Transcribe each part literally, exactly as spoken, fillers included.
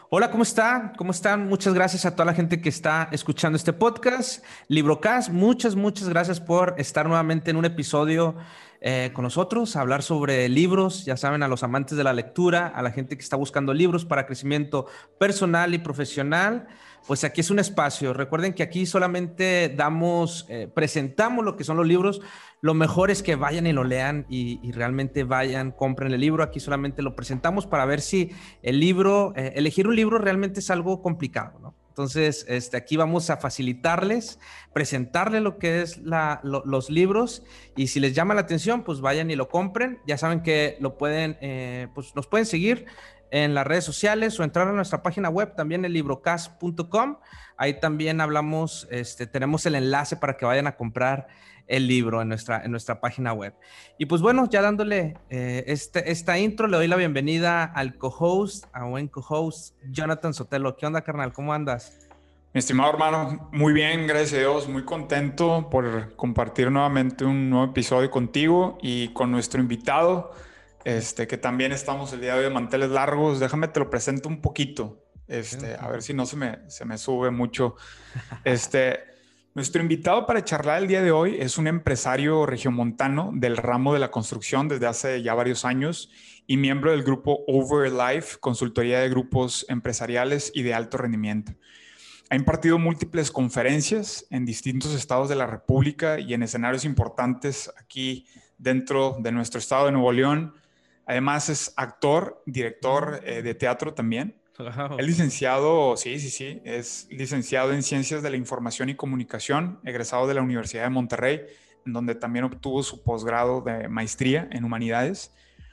Hola, ¿cómo está? ¿Cómo están? Muchas gracias a toda la gente que está escuchando este podcast. Librocast, muchas, muchas gracias por estar nuevamente en un episodio eh, con nosotros, a hablar sobre libros, ya saben, a los amantes de la lectura, a la gente que está buscando libros para crecimiento personal y profesional. Pues aquí es un espacio. Recuerden que aquí solamente damos, eh, presentamos lo que son los libros. Lo mejor es que vayan y lo lean y, y realmente vayan, compren el libro. Aquí solamente lo presentamos para ver si el libro, eh, elegir un libro realmente es algo complicado, ¿no? Entonces, este, aquí vamos a facilitarles, presentarles lo que es la, lo, los libros y si les llama la atención, pues vayan y lo compren. Ya saben que lo pueden, eh, pues nos pueden seguir en las redes sociales o entrar a nuestra página web, también el librocast punto com. Ahí también hablamos, este, tenemos el enlace para que vayan a comprar el libro en nuestra, en nuestra página web. Y pues bueno, ya dándole eh, este, esta intro, le doy la bienvenida al co-host, a buen co-host, Jonathan Sotelo. ¿Qué onda, carnal? ¿Cómo andas? Mi estimado hermano, muy bien, gracias a Dios, muy contento por compartir nuevamente un nuevo episodio contigo y con nuestro invitado, este, que también estamos el día de hoy de manteles largos. Déjame te lo presento un poquito, este, a ver si no se me, se me sube mucho. Este, nuestro invitado para charlar el día de hoy es un empresario regiomontano del ramo de la construcción desde hace ya varios años y miembro del grupo Overlife, consultoría de grupos empresariales y de alto rendimiento. Ha impartido múltiples conferencias en distintos estados de la República y en escenarios importantes aquí dentro de nuestro estado de Nuevo León. Además es actor, director eh, de teatro también. Es Wow. licenciado, sí, sí, sí, es licenciado en Ciencias de la Información y Comunicación, egresado de la Universidad de Monterrey, en donde también obtuvo su posgrado de maestría en Humanidades.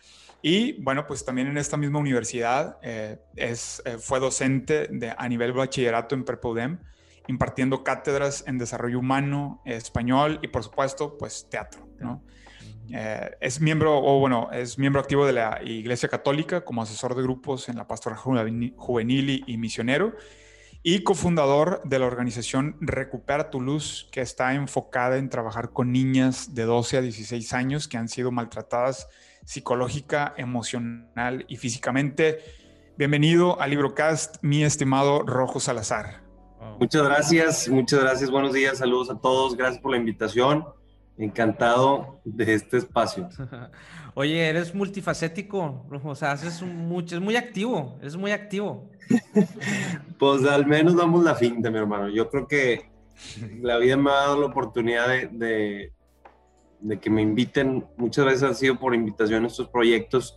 Y bueno, pues también en esta misma universidad eh, es, eh, fue docente de, a nivel bachillerato en Prepodem, impartiendo cátedras en desarrollo humano, eh, español y por supuesto, pues teatro, ¿no? Eh, es miembro, o bueno, es miembro activo de la Iglesia Católica como asesor de grupos en la pastoral juvenil y, y misionero y cofundador de la organización Recupera tu Luz, que está enfocada en trabajar con niñas de doce a dieciséis años que han sido maltratadas psicológica, emocional y físicamente. Bienvenido al Librocast, mi estimado Rojo Salazar. Wow. Muchas gracias, muchas gracias, buenos días, saludos a todos, gracias por la invitación, encantado de este espacio. Oye, eres multifacético, o sea, haces un mucho, es muy activo, eres muy activo. Pues al menos damos la finta, mi hermano. Yo creo que la vida me ha dado la oportunidad de, de, de que me inviten, muchas veces han sido por invitación a estos proyectos.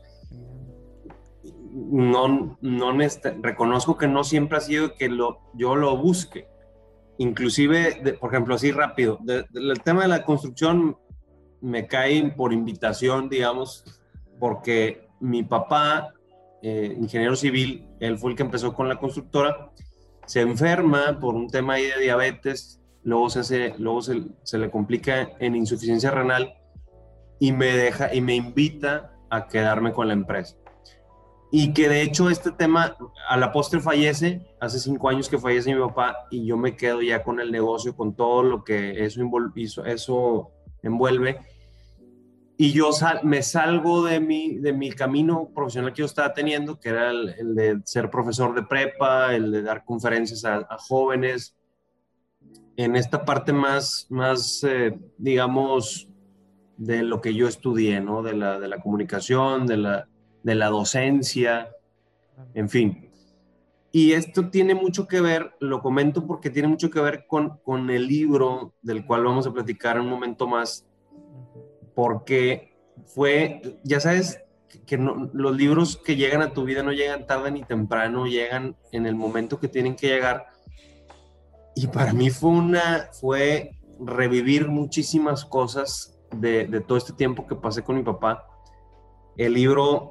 No, no reconozco que no siempre ha sido que lo, yo lo busque. Inclusive, de, por ejemplo, así rápido, de, de, el tema de la construcción me cae por invitación, digamos, porque mi papá, eh, ingeniero civil, él fue el que empezó con la constructora, se enferma por un tema ahí de diabetes, luego, se, hace, luego se, se le complica en insuficiencia renal y me deja y me invita a quedarme con la empresa. Y que de hecho este tema a la postre fallece, hace cinco años que fallece mi papá y yo me quedo ya con el negocio, con todo lo que eso, eso, eso envuelve. Y yo sal, me salgo de mi, de mi camino profesional que yo estaba teniendo, que era el, el de ser profesor de prepa, el de dar conferencias a, a jóvenes, en esta parte más, más eh, digamos, de lo que yo estudié, ¿no? De la, de la comunicación, de la de la docencia, en fin. Y esto tiene mucho que ver, lo comento porque tiene mucho que ver con, con el libro del cual vamos a platicar un momento más, porque fue, ya sabes, que no, los libros que llegan a tu vida no llegan tarde ni temprano, llegan en el momento que tienen que llegar. Y para mí fue una, fue revivir muchísimas cosas de, de todo este tiempo que pasé con mi papá. El libro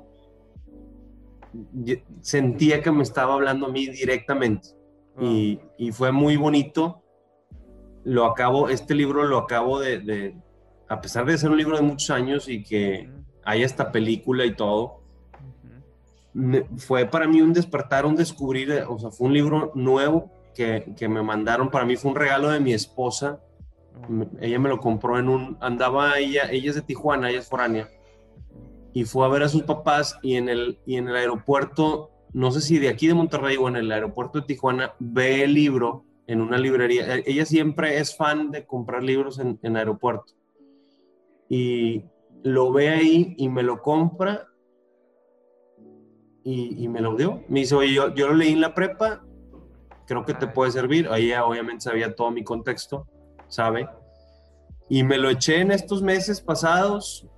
sentía que me estaba hablando a mí directamente. Wow. y, y fue muy bonito. Lo acabo, este libro lo acabo de, de, a pesar de ser un libro de muchos años y que uh-huh. hay esta película y todo, uh-huh. me, fue para mí un despertar, un descubrir, o sea, fue un libro nuevo que, que me mandaron, para mí fue un regalo de mi esposa. Uh-huh. Ella me lo compró en un, andaba ella, ella es de Tijuana, ella es foránea, y fue a ver a sus papás y en el, y en el aeropuerto no sé si de aquí de Monterrey o en el aeropuerto de Tijuana, ve el libro en una librería. Ella siempre es fan de comprar libros en, en aeropuerto. Y lo ve ahí y me lo compra y, y me lo dio. Me dice, oye, yo, yo lo leí en la prepa, creo que te puede servir. Ella obviamente sabía todo mi contexto, sabe. Y me lo eché en estos meses pasados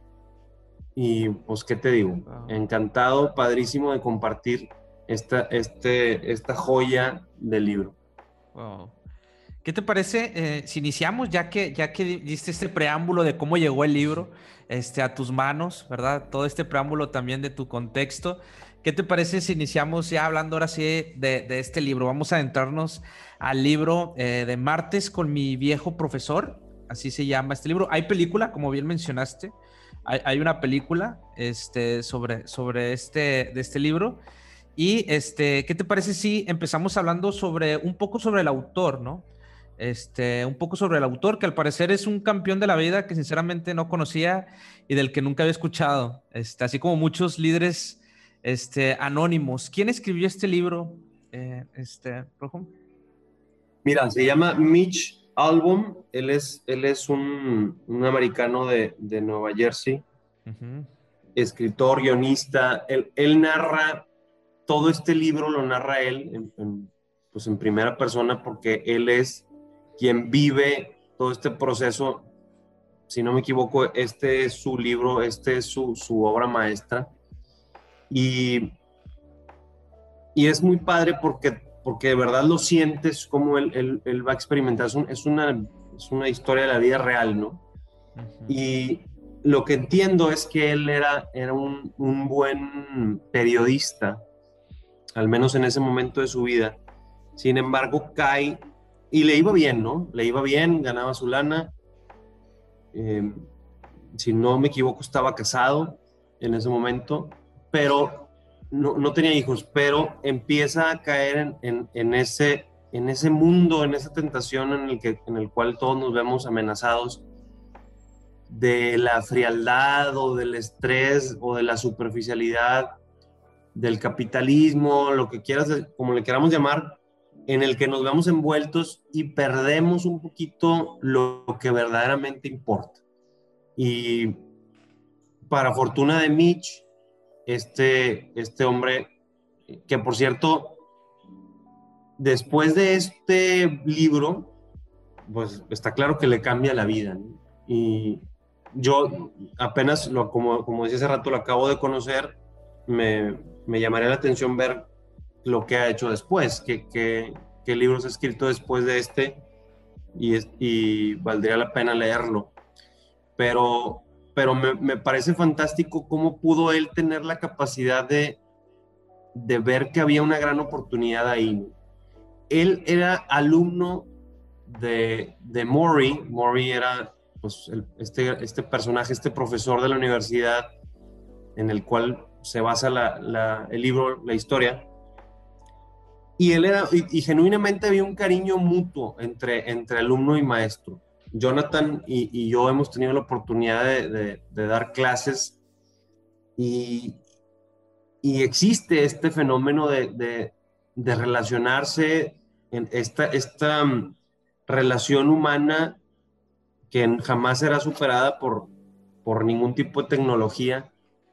y pues, ¿qué te digo? Wow. Encantado, padrísimo de compartir esta, este, esta joya del libro. Wow. ¿Qué te parece eh, si iniciamos, ya que, ya que diste este preámbulo de cómo llegó el libro este, a tus manos, ¿verdad? Todo este preámbulo también de tu contexto. ¿Qué te parece si iniciamos ya hablando ahora sí de, de este libro? Vamos a adentrarnos al libro eh, de Martes con mi viejo profesor, así se llama este libro. Hay película, como bien mencionaste, hay, hay una película este, sobre, sobre este, de este libro. Y este, ¿qué te parece si empezamos hablando sobre un poco sobre el autor, ¿no? Este, un poco sobre el autor, que al parecer es un campeón de la vida que sinceramente no conocía y del que nunca había escuchado, este, así como muchos líderes este, anónimos. ¿Quién escribió este libro, eh, este, Rojo? Mira, se llama Mitch Albom. Él es, él es un, un americano de, de Nueva Jersey, uh-huh. Escritor, guionista. Él, él narra, todo este libro lo narra él en, en, pues en primera persona, porque él es quien vive todo este proceso. Si no me equivoco, este es su libro, este es su, su obra maestra. Y, y es muy padre porque, porque de verdad lo sientes como él, él, él va a experimentar. Es, un, es, una, es una historia de la vida real, ¿no? Uh-huh. Y lo que entiendo es que él era, era un, un buen periodista, al menos en ese momento de su vida. Sin embargo, cae... Y le iba bien, ¿no? Le iba bien, ganaba su lana. Eh, si no me equivoco, estaba casado en ese momento, pero no, no tenía hijos, pero empieza a caer en, en, en, ese, en ese mundo, en esa tentación en el, que, en el cual todos nos vemos amenazados de la frialdad o del estrés o de la superficialidad, del capitalismo, lo que quieras, como le queramos llamar, en el que nos vemos envueltos y perdemos un poquito lo que verdaderamente importa. Y para fortuna de Mitch, este, este hombre, que por cierto, después de este libro, pues está claro que le cambia la vida, ¿no? Y yo apenas, lo, como, como decía hace rato, lo acabo de conocer, me, me llamaría la atención ver lo que ha hecho después, qué, qué, qué libros ha escrito después de este, y, y valdría la pena leerlo. Pero, pero me, me parece fantástico cómo pudo él tener la capacidad de, de ver que había una gran oportunidad ahí. Él era alumno de, de Maury. Maury era pues, el, este, este personaje, este profesor de la universidad en el cual se basa la, la, el libro, la historia. Y él era, y, y genuinamente había un cariño mutuo entre, entre alumno y maestro. Jonathan y, y yo hemos tenido la oportunidad de, de, de dar clases y, y existe este fenómeno de, de, de relacionarse, en esta, esta um, relación humana que jamás será superada por, por ningún tipo de tecnología.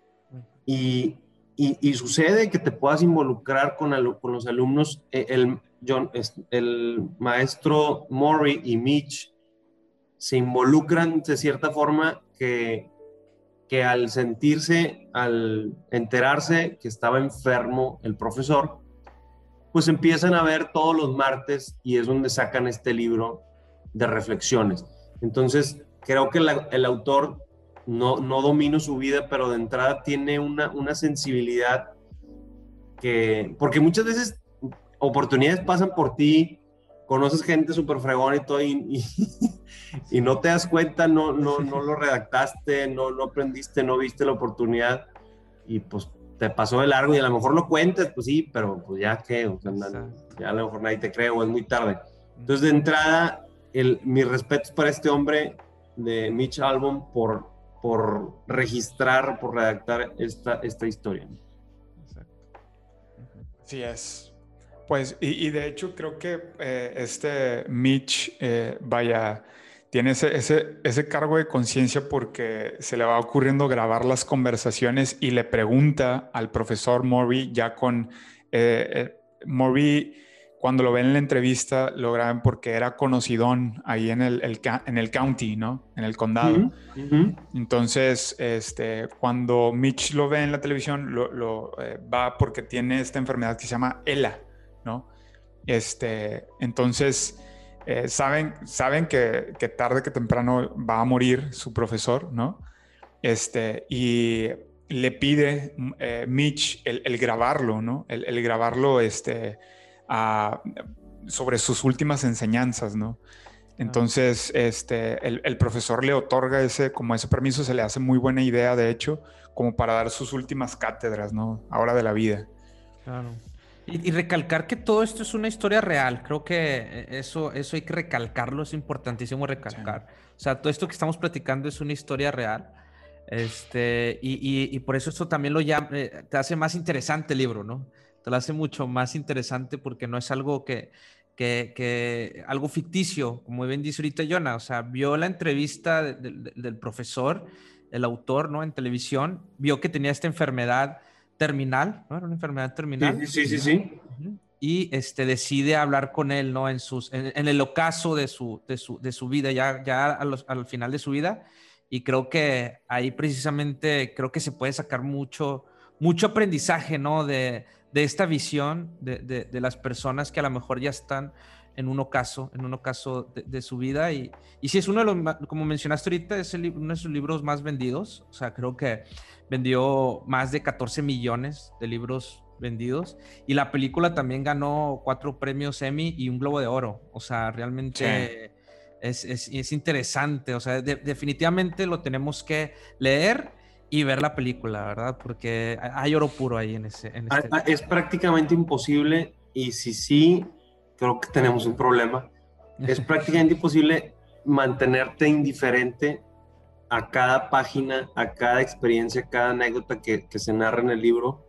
Y, y, y sucede que te puedas involucrar con, al, con los alumnos. El, John, el maestro Maury y Mitch se involucran de cierta forma que, que al sentirse, al enterarse que estaba enfermo el profesor, pues empiezan a ver todos los martes y es donde sacan este libro de reflexiones. Entonces, creo que la, el autor, no, no domino su vida, pero de entrada tiene una, una sensibilidad que, porque muchas veces oportunidades pasan por ti, conoces gente súper fregona y todo, y, y, y no te das cuenta, no, no, no lo redactaste, no, no aprendiste, no viste la oportunidad, y pues te pasó de largo, y a lo mejor lo cuentes, pues sí, pero pues ya qué, o sea, ya a lo mejor nadie te cree, o es muy tarde. Entonces, de entrada, el, mis respetos para este hombre de Mitch Albom por, por registrar, por redactar esta, esta historia. Así es. Pues, y, y de hecho creo que eh, este Mitch, eh, vaya, tiene ese, ese, ese cargo de conciencia porque se le va ocurriendo grabar las conversaciones y le pregunta al profesor Murray ya con... Eh, eh, Murray, cuando lo ven en la entrevista, lo graban porque era conocidón ahí en el, el, en el county, ¿no? En el condado. Uh-huh, uh-huh. Entonces, este, cuando Mitch lo ve en la televisión, lo, lo eh, va porque tiene esta enfermedad que se llama E L A, ¿no? Este, entonces, eh, saben, saben que, que tarde que temprano va a morir su profesor, ¿no? Este, y le pide eh, Mitch el, el grabarlo, ¿no? El, el grabarlo este, a, sobre sus últimas enseñanzas, ¿no? Entonces, este, el, el profesor le otorga ese, como ese permiso, se le hace muy buena idea, de hecho, como para dar sus últimas cátedras, ¿no? Ahora de la vida. Claro. Y, y recalcar que todo esto es una historia real. Creo que eso, eso hay que recalcarlo, es importantísimo recalcar. Sí. O sea, todo esto que estamos platicando es una historia real. Este, y, y, y por eso esto también lo llama, eh, te hace más interesante el libro, ¿no? Te lo hace mucho más interesante porque no es algo que, que, que algo ficticio, como bien dice ahorita Jonah. O sea, vio la entrevista de, de, del profesor, el autor, ¿no? En televisión, vio que tenía esta enfermedad terminal, ¿no? Era una enfermedad terminal. Sí, sí, sí, sí. Uh-huh. Y este, decide hablar con él, ¿no? En, sus, en, en el ocaso de su, de su, de su vida, ya, ya a los, al final de su vida. Y creo que ahí precisamente creo que se puede sacar mucho, mucho aprendizaje, ¿no? De, de esta visión de, de, de las personas que a lo mejor ya están en un ocaso, en un ocaso de, de su vida. Y, y sí, es uno de los, como mencionaste ahorita, es el, uno de sus libros más vendidos. O sea, creo que vendió más de catorce millones de libros vendidos. Y la película también ganó cuatro premios Emmy y un Globo de Oro. O sea, realmente... Sí. Es, es, es interesante, o sea, de, definitivamente lo tenemos que leer y ver la película, ¿verdad? Porque hay oro puro ahí en ese... En este... Es prácticamente imposible, y si sí, creo que tenemos un problema. Es prácticamente imposible mantenerte indiferente a cada página, a cada experiencia, a cada anécdota que, que se narra en el libro,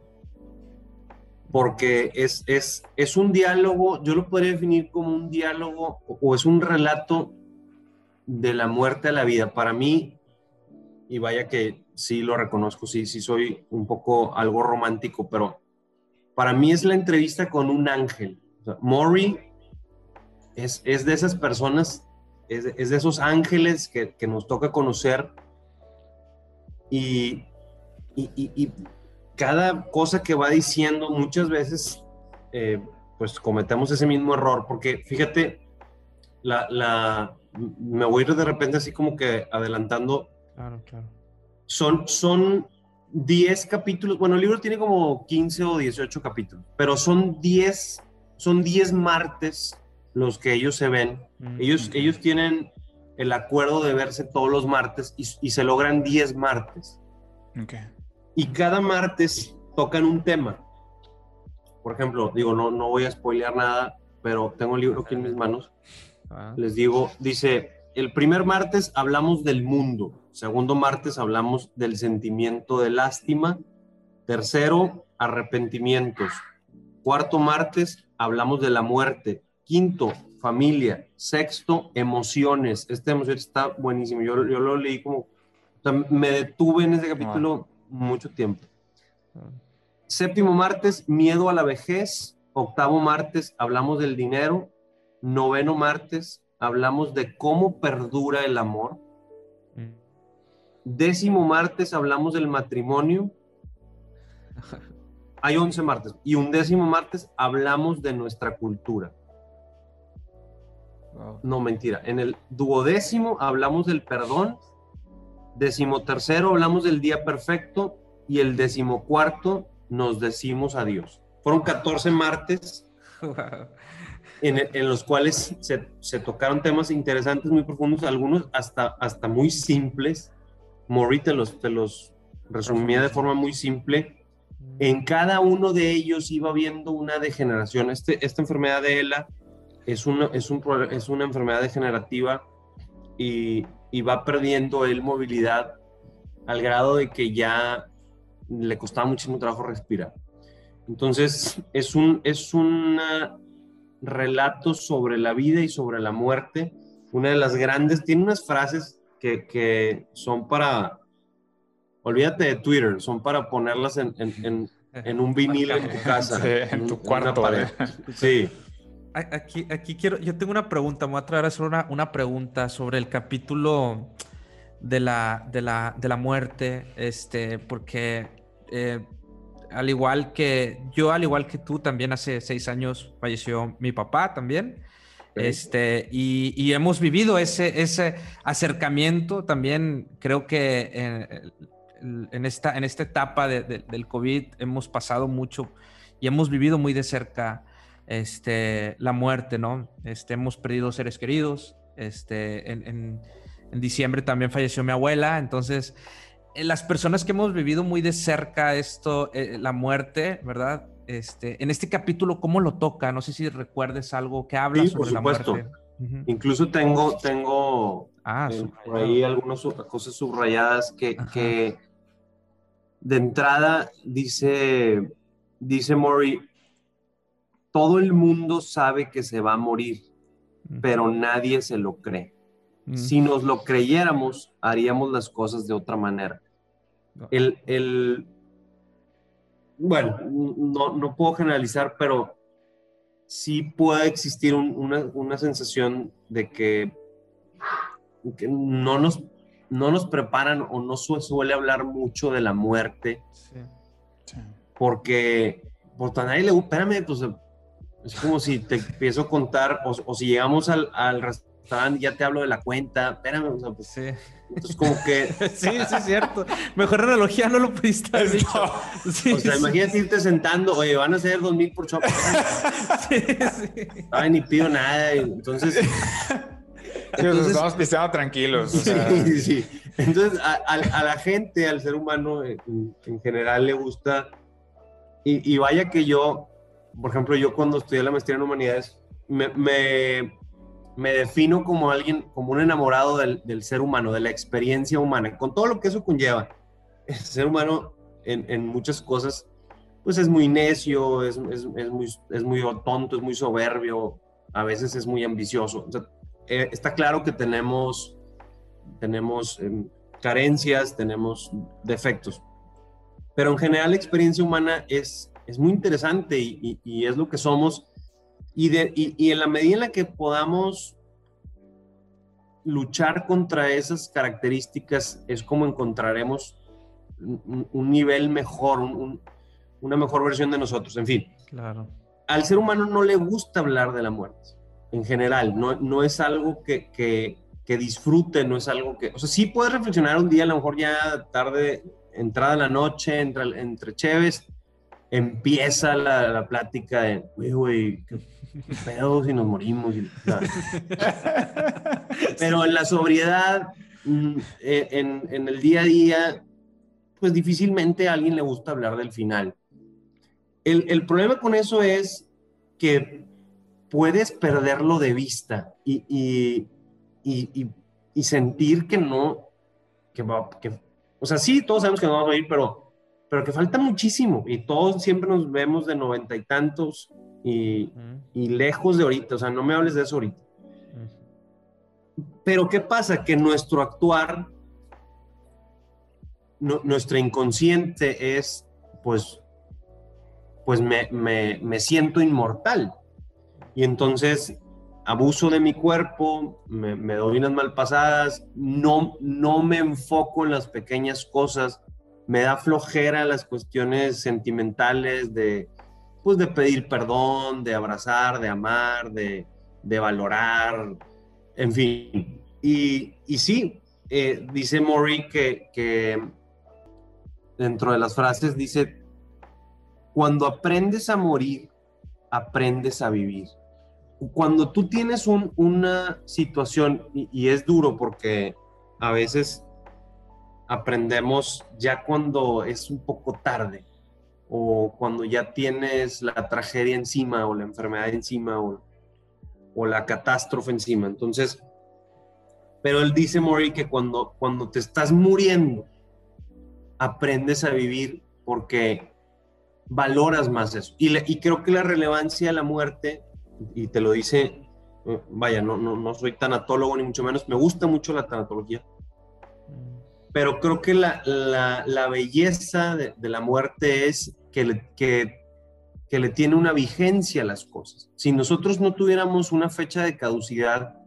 porque es, es, es un diálogo, yo lo podría definir como un diálogo o es un relato de la muerte a la vida. Para mí, y vaya que sí lo reconozco, sí, sí soy un poco algo romántico, pero para mí es la entrevista con un ángel. O sea, Murray es, es de esas personas, es, es de esos ángeles que, que nos toca conocer y, y, y, y cada cosa que va diciendo muchas veces eh, pues cometemos ese mismo error, porque fíjate, la, la, me voy a ir de repente así como que adelantando. Claro, claro. Son, son diez capítulos, bueno, el libro tiene como quince o dieciocho capítulos, pero son diez, son diez martes los que ellos se ven. Mm, ellos, okay. ellos tienen el acuerdo de verse todos los martes y, y se logran diez martes. Okay. Y cada martes tocan un tema. Por ejemplo, digo, no, no voy a spoilear nada, pero tengo el libro aquí en mis manos. Ah. Les digo, dice, el primer martes hablamos del mundo. Segundo martes hablamos del sentimiento de lástima. Tercero, arrepentimientos. Cuarto martes hablamos de la muerte. Quinto, familia. Sexto, emociones. Este emoción está buenísimo. Yo, yo lo leí como... O sea, me detuve en ese capítulo wow. mucho tiempo. Séptimo martes, miedo a la vejez. Octavo martes, hablamos del dinero. Noveno martes, hablamos de cómo perdura el amor. Décimo martes, hablamos del matrimonio. Hay once martes. Y un décimo martes, hablamos de nuestra cultura. Wow. No, mentira. En el duodécimo, hablamos del perdón. Decimotercero, hablamos del día perfecto. Y el decimocuarto, nos decimos adiós. Fueron catorce martes. Wow. En, en los cuales se, se tocaron temas interesantes, muy profundos, algunos hasta, hasta muy simples. Murray te los, te los resumía de forma muy simple. En cada uno de ellos iba viendo una degeneración. Este, esta enfermedad de E L A es una, es un, es una enfermedad degenerativa y, y va perdiendo él movilidad al grado de que ya le costaba muchísimo trabajo respirar. Entonces, es un, es un relato sobre la vida y sobre la muerte. Una de las grandes, tiene unas frases que, que son para, olvídate de Twitter, son para ponerlas en, en, en, en un vinil en tu casa. Sí, en, en tu en cuarto. Una pared. ¿eh? Sí. Aquí, aquí quiero, yo tengo una pregunta, me voy a traer a hacer una, una pregunta sobre el capítulo de la, de la, de la muerte, este, porque eh, al igual que yo, al igual que tú, también hace seis años falleció mi papá también. Okay. Este, y, y hemos vivido ese, ese acercamiento también, creo que en, en, esta, en esta etapa de, de, del COVID hemos pasado mucho y hemos vivido muy de cerca este, la muerte, ¿no? Este, hemos perdido seres queridos, este, en, en, en diciembre también falleció mi abuela, entonces las personas que hemos vivido muy de cerca esto, eh, la muerte, ¿verdad? Este, en este capítulo, ¿cómo lo toca? No sé si recuerdes algo que habla sí, sobre por supuesto. la muerte. Uh-huh. Incluso tengo, tengo ah, eh, por ahí algunas cosas subrayadas que, que de entrada dice, dice Mori, todo el mundo sabe que se va a morir, uh-huh. pero nadie se lo cree. Uh-huh. Si nos lo creyéramos, haríamos las cosas de otra manera. El, el, bueno, no, no puedo generalizar, pero sí puede existir un, una, una sensación de que, que no, nos, no nos preparan o no su, suele hablar mucho de la muerte. Sí. Sí. Porque, porque a nadie le gusta, espérame, pues es como si te empiezo a contar, o, o si llegamos al, al restaurante, ya te hablo de la cuenta, espérame, o sea, pues, sí. Entonces como que... sí, sí es cierto, mejor analogía no lo pudiste haber dicho. No. Sí, o sea, sí. Imagínate irte sentando, oye, van a ser dos mil por shopping. sí, sí. Ay, ni pido nada, entonces... entonces estamos pisteando tranquilos. O sea. Sí, sí. Entonces a, a, a la gente, al ser humano en, en general le gusta, y, y vaya que yo, por ejemplo, yo cuando estudié la maestría en humanidades, me... me me defino como alguien, como un enamorado del, del ser humano, de la experiencia humana, con todo lo que eso conlleva. El ser humano en, en muchas cosas, pues es muy necio, es, es, es, muy, es muy tonto, es muy soberbio, a veces es muy ambicioso. O sea, eh, está claro que tenemos, tenemos eh, carencias, tenemos defectos, pero en general la experiencia humana es, es muy interesante y, y, y es lo que somos. Y, de, y, y en la medida en la que podamos luchar contra esas características es como encontraremos un, un nivel mejor, un, un, una mejor versión de nosotros. En fin, claro. Al ser humano no le gusta hablar de la muerte, en general. No, no es algo que, que, que disfrute, no es algo que... O sea, sí puedes reflexionar un día, a lo mejor ya tarde, entrada de la noche, entre, entre cheves, empieza la, la plática de, güey, güey, qué pedo si nos morimos. Y, no. Pero en la sobriedad, en, en el día a día, pues difícilmente a alguien le gusta hablar del final. El, el problema con eso es que puedes perderlo de vista y, y, y, y, y sentir que no, que va, que, o sea, sí, todos sabemos que no vamos a ir, pero pero que falta muchísimo y todos siempre nos vemos de noventa y tantos y, uh-huh. y lejos de ahorita, o sea, no me hables de eso ahorita. Uh-huh. Pero ¿qué pasa? Que nuestro actuar, no, nuestro inconsciente es, pues, pues me, me, me siento inmortal y entonces abuso de mi cuerpo, me, me doy unas malpasadas, no, no me enfoco en las pequeñas cosas, me da flojera las cuestiones sentimentales de, pues de pedir perdón, de abrazar, de amar, de, de valorar, en fin. Y, y sí, eh, dice Mori que, que dentro de las frases dice, cuando aprendes a morir, aprendes a vivir. Cuando tú tienes un, una situación, y, y es duro porque a veces aprendemos ya cuando es un poco tarde o cuando ya tienes la tragedia encima o la enfermedad encima o, o la catástrofe encima. Entonces, pero él dice, Mori, que cuando, cuando te estás muriendo aprendes a vivir porque valoras más eso. Y, le, y creo que la relevancia de la muerte, y te lo dice, eh, vaya, no, no, no soy tanatólogo ni mucho menos, me gusta mucho la tanatología, pero creo que la, la, la belleza de, de la muerte es que le, que, que le tiene una vigencia a las cosas. Si nosotros no tuviéramos una fecha de caducidad,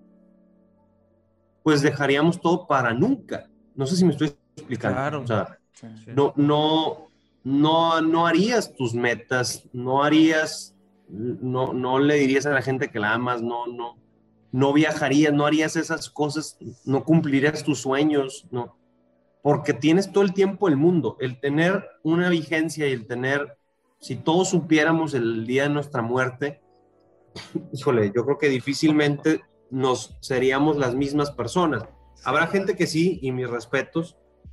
pues dejaríamos todo para nunca. No sé si me estoy explicando. Claro. O sea, Sí. no, no, no, no harías tus metas, no harías, no, no le dirías a la gente que la amas, no, no, no viajarías, no harías esas cosas, no cumplirías tus sueños, no, porque tienes todo el tiempo el mundo. El tener una vigencia y el tener, si todos supiéramos el día de nuestra muerte, híjole, yo creo que difícilmente nos seríamos las mismas personas. Habrá gente que sí, y mis respetos,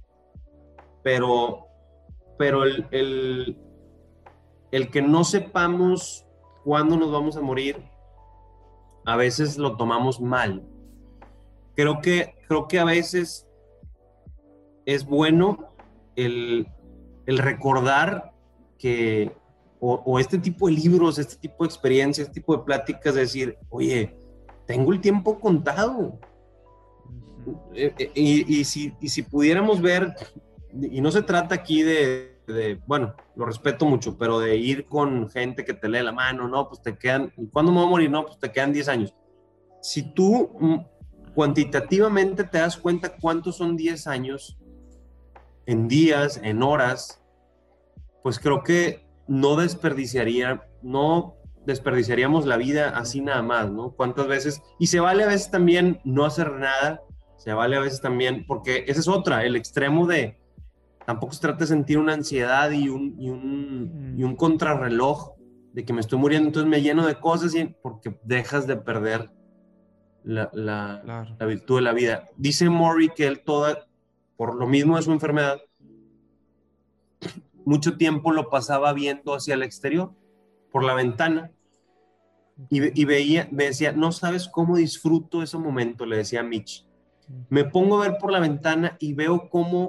pero pero el, el, el que no sepamos cuándo nos vamos a morir, a veces lo tomamos mal. Creo que, creo que a veces es bueno el, el recordar que, o, o este tipo de libros, este tipo de experiencias, este tipo de pláticas, de decir, oye, tengo el tiempo contado. Uh-huh. y, y, y, si, y si pudiéramos ver, y no se trata aquí de, de, bueno, lo respeto mucho, pero de ir con gente que te lee la mano, no, pues te quedan, ¿cuándo me voy a morir? No, pues te quedan diez años. Si tú cuantitativamente te das cuenta cuántos son diez años, en días, en horas, pues creo que no desperdiciaría, no desperdiciaríamos la vida así nada más, ¿no? ¿Cuántas veces? Y se vale a veces también no hacer nada, se vale a veces también, porque esa es otra, el extremo de, tampoco se trata de sentir una ansiedad y un, y un, y un contrarreloj de que me estoy muriendo, entonces me lleno de cosas y, porque dejas de perder la, la, claro. la virtud de la vida. Dice Murray que él toda, por lo mismo de su enfermedad, mucho tiempo lo pasaba viendo hacia el exterior, por la ventana, y, y veía, me decía, no sabes cómo disfruto ese momento, le decía a Mitch. Me pongo a ver por la ventana y veo cómo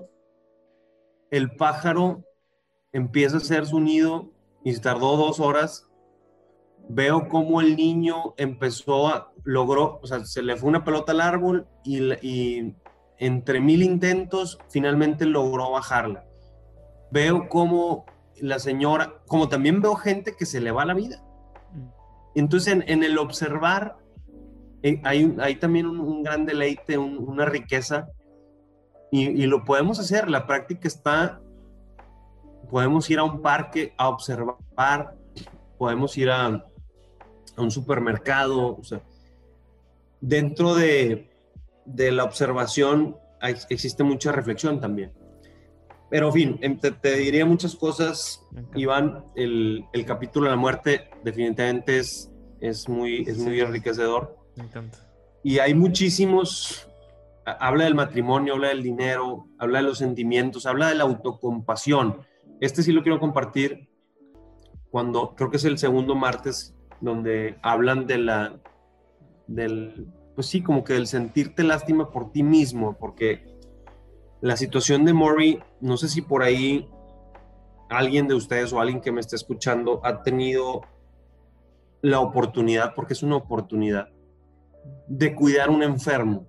el pájaro empieza a hacer su nido y se tardó dos horas. Veo cómo el niño empezó a, logró, o sea, se le fue una pelota al árbol y, y entre mil intentos finalmente logró bajarla. Veo cómo la señora, como también veo gente que se le va la vida. Entonces en, en el observar eh, hay, hay también un, un gran deleite, un, una riqueza. Y, y lo podemos hacer, la práctica está, podemos ir a un parque a observar, podemos ir a, a un supermercado, o sea, dentro de, de la observación hay, existe mucha reflexión también. Pero en fin, te, te diría muchas cosas, Iván, el, el capítulo de la muerte definitivamente es, es, muy, es muy enriquecedor. Me encanta. Y hay muchísimos... Habla del matrimonio, habla del dinero, habla de los sentimientos, habla de la autocompasión. Este sí lo quiero compartir cuando, creo que es el segundo martes, donde hablan de la, del, pues sí, como que del sentirte lástima por ti mismo, porque la situación de Murray, no sé si por ahí alguien de ustedes o alguien que me esté escuchando ha tenido la oportunidad, porque es una oportunidad, de cuidar a un enfermo.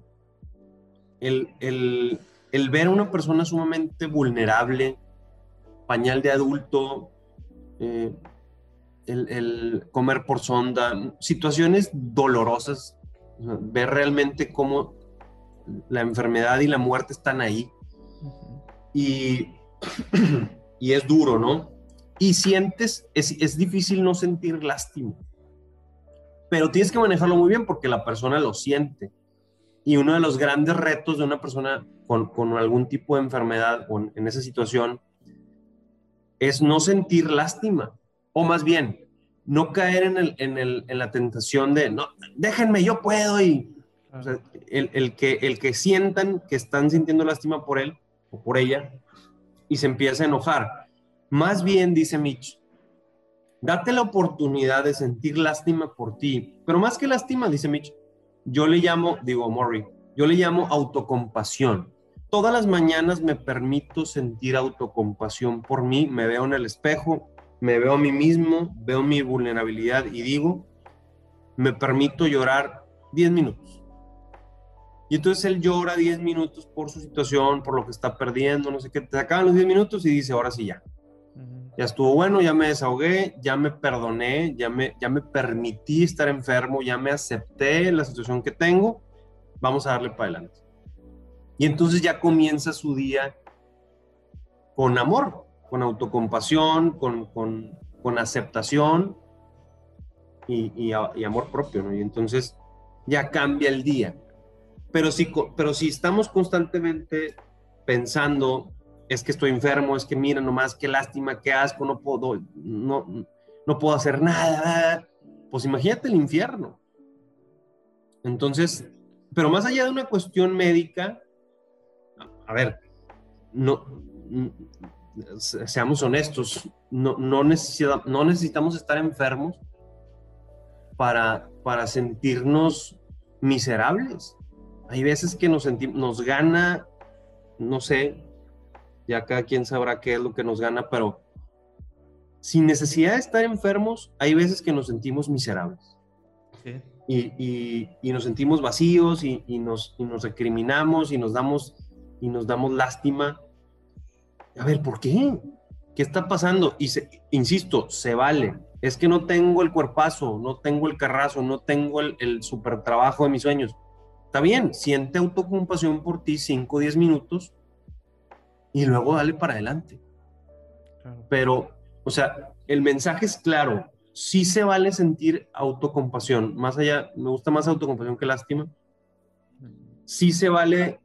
El, el, el ver a una persona sumamente vulnerable, pañal de adulto, eh, el, el comer por sonda, situaciones dolorosas, o sea, ver realmente cómo la enfermedad y la muerte están ahí. Uh-huh. y, y es duro, ¿no? Y sientes, es, es difícil no sentir lástima, pero tienes que manejarlo muy bien porque la persona lo siente. Y uno de los grandes retos de una persona con, con algún tipo de enfermedad o en, en esa situación es no sentir lástima, o más bien, no caer en, el, en, el, en la tentación de, no, déjenme, yo puedo, y o sea, el, el, que, el que sientan que están sintiendo lástima por él o por ella y se empieza a enojar. Más bien, dice Mitch, date la oportunidad de sentir lástima por ti, pero más que lástima, dice Mitch, yo le llamo, digo Murray, yo le llamo autocompasión. Todas las mañanas me permito sentir autocompasión por mí, me veo en el espejo me veo a mí mismo, veo mi vulnerabilidad y digo, me permito llorar diez minutos. Y entonces él llora diez minutos por su situación, por lo que está perdiendo, no sé qué. Te acaban los diez minutos y dice, ahora sí ya. Uh-huh. Ya estuvo bueno, ya me desahogué, ya me perdoné, ya me, ya me permití estar enfermo, ya me acepté la situación que tengo. Vamos a darle para adelante. Y entonces ya comienza su día con amor, con autocompasión, con, con, con aceptación y, y, y amor propio, ¿no? Y entonces ya cambia el día. Pero si, pero si estamos constantemente pensando, es que estoy enfermo, es que mira nomás, qué lástima, qué asco, no puedo, no, no puedo hacer nada, pues imagínate el infierno. Entonces, pero más allá de una cuestión médica, a ver, no, seamos honestos, no, no, necesita, no necesitamos estar enfermos para, para sentirnos miserables. Hay veces que nos, sentimos, nos gana, no sé, ya cada quien sabrá qué es lo que nos gana, pero sin necesidad de estar enfermos, hay veces que nos sentimos miserables. Sí. Y, y, y nos sentimos vacíos y, y, nos, y nos recriminamos y nos, damos, y nos damos lástima. A ver, ¿por qué? ¿Qué está pasando? Y se, insisto, se vale. Es que no tengo el cuerpazo, no tengo el carrazo, no tengo el, el super trabajo de mis sueños. Está bien, siente autocompasión por ti cinco o diez minutos y luego dale para adelante. Claro. Pero, o sea, el mensaje es claro. Sí se vale sentir autocompasión. Más allá, me gusta más autocompasión que lástima. Sí se vale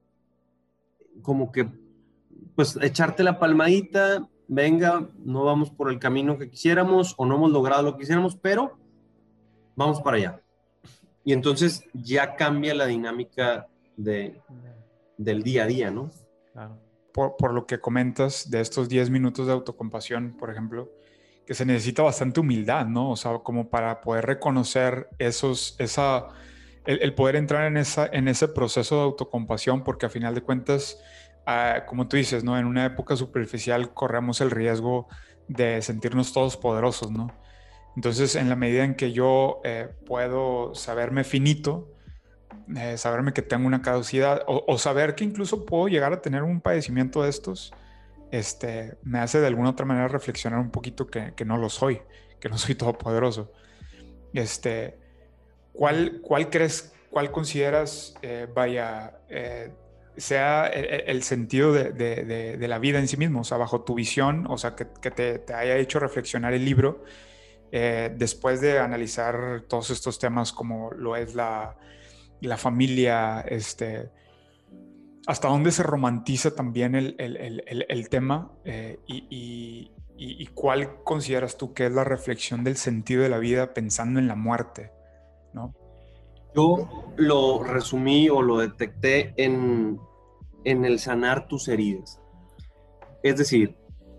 como que, pues, echarte la palmadita, venga, no vamos por el camino que quisiéramos o no hemos logrado lo que quisiéramos, pero vamos para allá. Y entonces ya cambia la dinámica de, del día a día, ¿no? Claro. Por, por lo que comentas de estos diez minutos de autocompasión, por ejemplo, que se necesita bastante humildad, ¿no? O sea, como para poder reconocer esos, esa, el, el poder entrar en, esa, en ese proceso de autocompasión, porque a final de cuentas, uh, como tú dices, ¿no? En una época superficial corremos el riesgo de sentirnos todos poderosos, ¿no? Entonces, en la medida en que yo eh, puedo saberme finito, eh, saberme que tengo una caducidad, o, o saber que incluso puedo llegar a tener un padecimiento de estos, este, me hace de alguna otra manera reflexionar un poquito que, que no lo soy, que no soy todopoderoso. Este, ¿cuál, cuál crees, cuál consideras, eh, vaya, eh, sea el, el sentido de, de, de, de la vida en sí mismo? O sea, bajo tu visión, o sea, que, que te, te haya hecho reflexionar el libro, Eh, después de analizar todos estos temas como lo es la, la familia, este, hasta dónde se romantiza también el, el, el, el tema eh, y, y, y, y cuál consideras tú que es la reflexión del sentido de la vida pensando en la muerte, ¿no? Yo lo resumí o lo detecté en, en el sanar tus heridas. Es decir,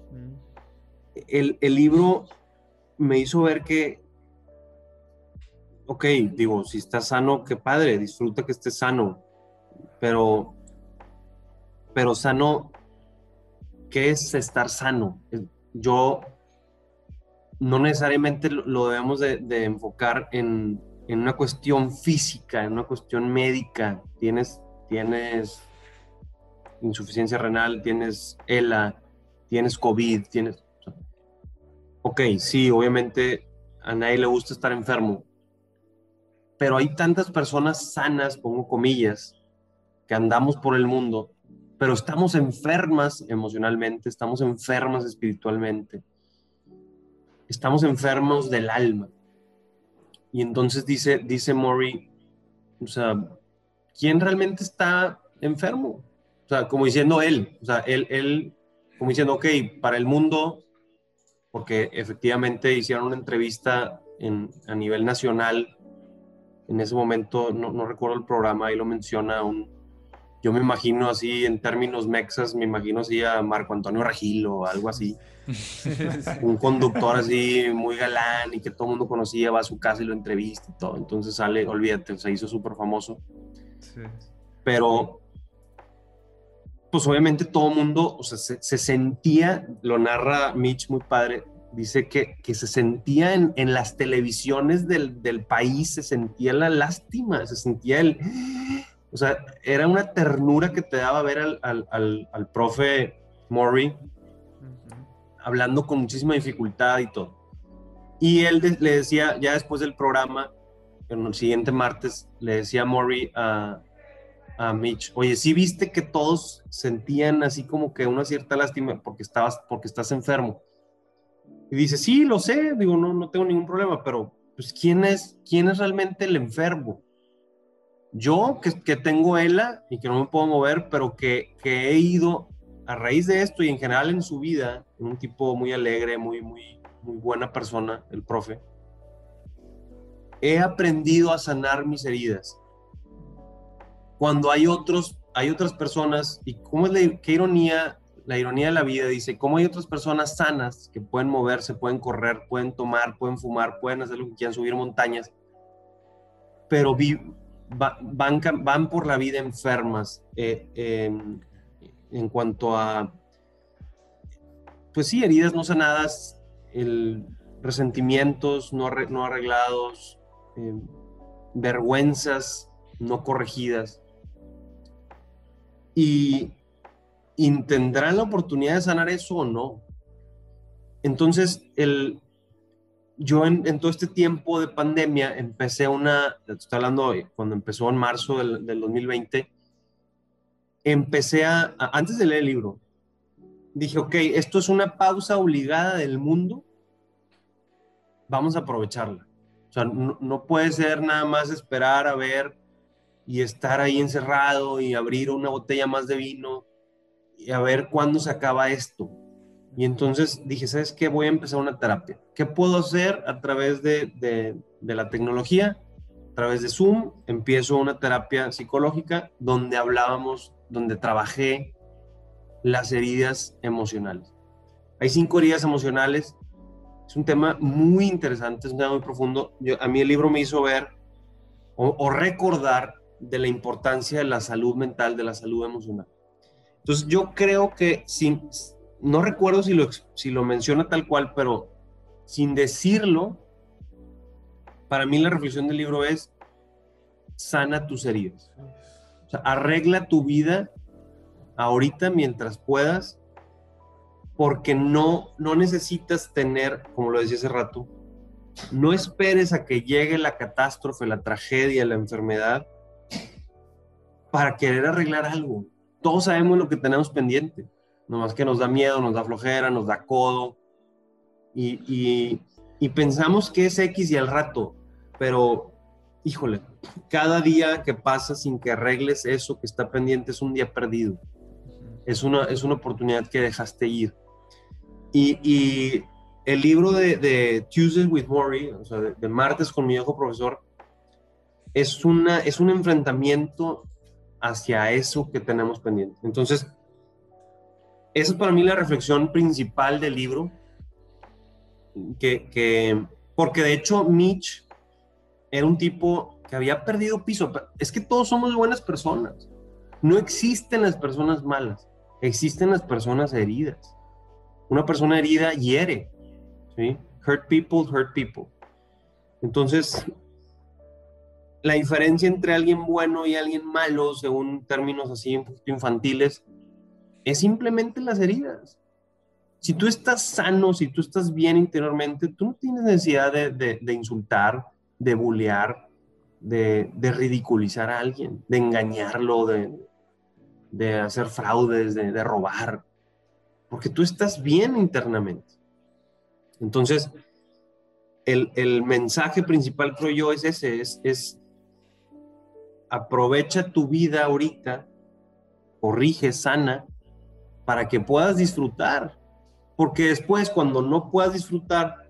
el, el libro me hizo ver que, ok, digo, si estás sano, qué padre, disfruta que estés sano, pero, pero sano, ¿qué es estar sano? Yo, no necesariamente lo, lo debemos de, de enfocar en, en una cuestión física, en una cuestión médica. Tienes, tienes insuficiencia renal, tienes ELA, tienes COVID, tienes... Ok, sí, obviamente a nadie le gusta estar enfermo, pero hay tantas personas sanas, pongo comillas, que andamos por el mundo, pero estamos enfermas emocionalmente, estamos enfermas espiritualmente, estamos enfermos del alma. Y entonces dice, dice Murray, o sea, ¿quién realmente está enfermo? O sea, como diciendo él, o sea, él, él como diciendo, ok, para el mundo... porque efectivamente hicieron una entrevista en, a nivel nacional, en ese momento, no, no recuerdo el programa, ahí lo menciona, un, yo me imagino así, en términos mexas, me imagino así a Marco Antonio Regil o algo así, un conductor así muy galán y que todo el mundo conocía, va a su casa y lo entrevista y todo, entonces sale, olvídate, se hizo súper famoso, sí. Pero pues obviamente todo el mundo, o sea, se, se sentía, lo narra Mitch muy padre, dice que, que se sentía en, en las televisiones del, del país, se sentía la lástima, se sentía el... O sea, era una ternura que te daba ver al, al, al, al profe Murray uh-huh. hablando con muchísima dificultad y todo. Y él de, le decía, ya después del programa, en el siguiente martes, le decía a Murray a, a Mitch, oye, ¿sí viste que todos sentían así como que una cierta lástima porque, estabas, porque estás enfermo? Y dice, sí, lo sé, digo, no, no tengo ningún problema, pero pues, ¿quién es, quién es realmente el enfermo? Yo, que, que tengo ELA y que no me puedo mover, pero que, que he ido a raíz de esto y en general en su vida, un tipo muy alegre, muy, muy, muy buena persona, el profe, he aprendido a sanar mis heridas. Cuando hay otros, hay otras personas, y cómo es la, qué ironía, la ironía de la vida, dice, cómo hay otras personas sanas que pueden moverse, pueden correr, pueden tomar, pueden fumar, pueden hacer lo que quieran, subir montañas, pero vi, va, van, van por la vida enfermas eh, eh, en cuanto a, pues sí, heridas no sanadas, el, resentimientos no, arre, no arreglados, eh, vergüenzas no corregidas. Y, y tendrán la oportunidad de sanar eso o no. Entonces, el, yo en, en todo este tiempo de pandemia empecé una, estoy hablando hoy, cuando empezó en marzo del, del dos mil veinte, empecé a, a, antes de leer el libro, dije, ok, esto es una pausa obligada del mundo, vamos a aprovecharla. O sea, no, no puede ser nada más esperar a ver y estar ahí encerrado y abrir una botella más de vino y a ver cuándo se acaba esto. Y entonces dije, ¿sabes qué? Voy a empezar una terapia. ¿Qué puedo hacer a través de, de, de la tecnología? A través de Zoom empiezo una terapia psicológica donde hablábamos, donde trabajé las heridas emocionales. Hay cinco heridas emocionales. Es un tema muy interesante, es un tema muy profundo. Yo, a mí el libro me hizo ver o, o recordar de la importancia de la salud mental, de la salud emocional. Entonces yo creo que, sin, no recuerdo si lo, si lo menciona tal cual, pero sin decirlo, para mí la reflexión del libro es, sana tus heridas. O sea, arregla tu vida ahorita mientras puedas, porque no, no necesitas tener, como lo decía hace rato, no esperes a que llegue la catástrofe, la tragedia, la enfermedad, para querer arreglar algo. Todos sabemos lo que tenemos pendiente, nomás que nos da miedo, nos da flojera, nos da codo, y, y, y pensamos que es X y al rato, pero, híjole, cada día que pasa sin que arregles eso que está pendiente es un día perdido, es una, es una oportunidad que dejaste ir. Y, y el libro de, de Tuesdays with Morrie, o sea, de, de martes con mi viejo profesor, es, una, es un enfrentamiento hacia eso que tenemos pendiente. Entonces, esa es para mí la reflexión principal del libro, que, que, porque de hecho Mitch era un tipo que había perdido piso. Es que todos somos buenas personas. No existen las personas malas, existen las personas heridas. Una persona herida hiere, ¿sí? Hurt people, hurt people. Entonces, la diferencia entre alguien bueno y alguien malo, según términos así un poquito infantiles, es simplemente las heridas. Si tú estás sano, si tú estás bien interiormente, tú no tienes necesidad de, de, de insultar, de bullear, de, de ridiculizar a alguien, de engañarlo, de, de hacer fraudes, de, de robar, porque tú estás bien internamente. Entonces, el, el mensaje principal, creo yo, es ese, es, es aprovecha tu vida ahorita, corrige, sana, para que puedas disfrutar, porque después cuando no puedas disfrutar,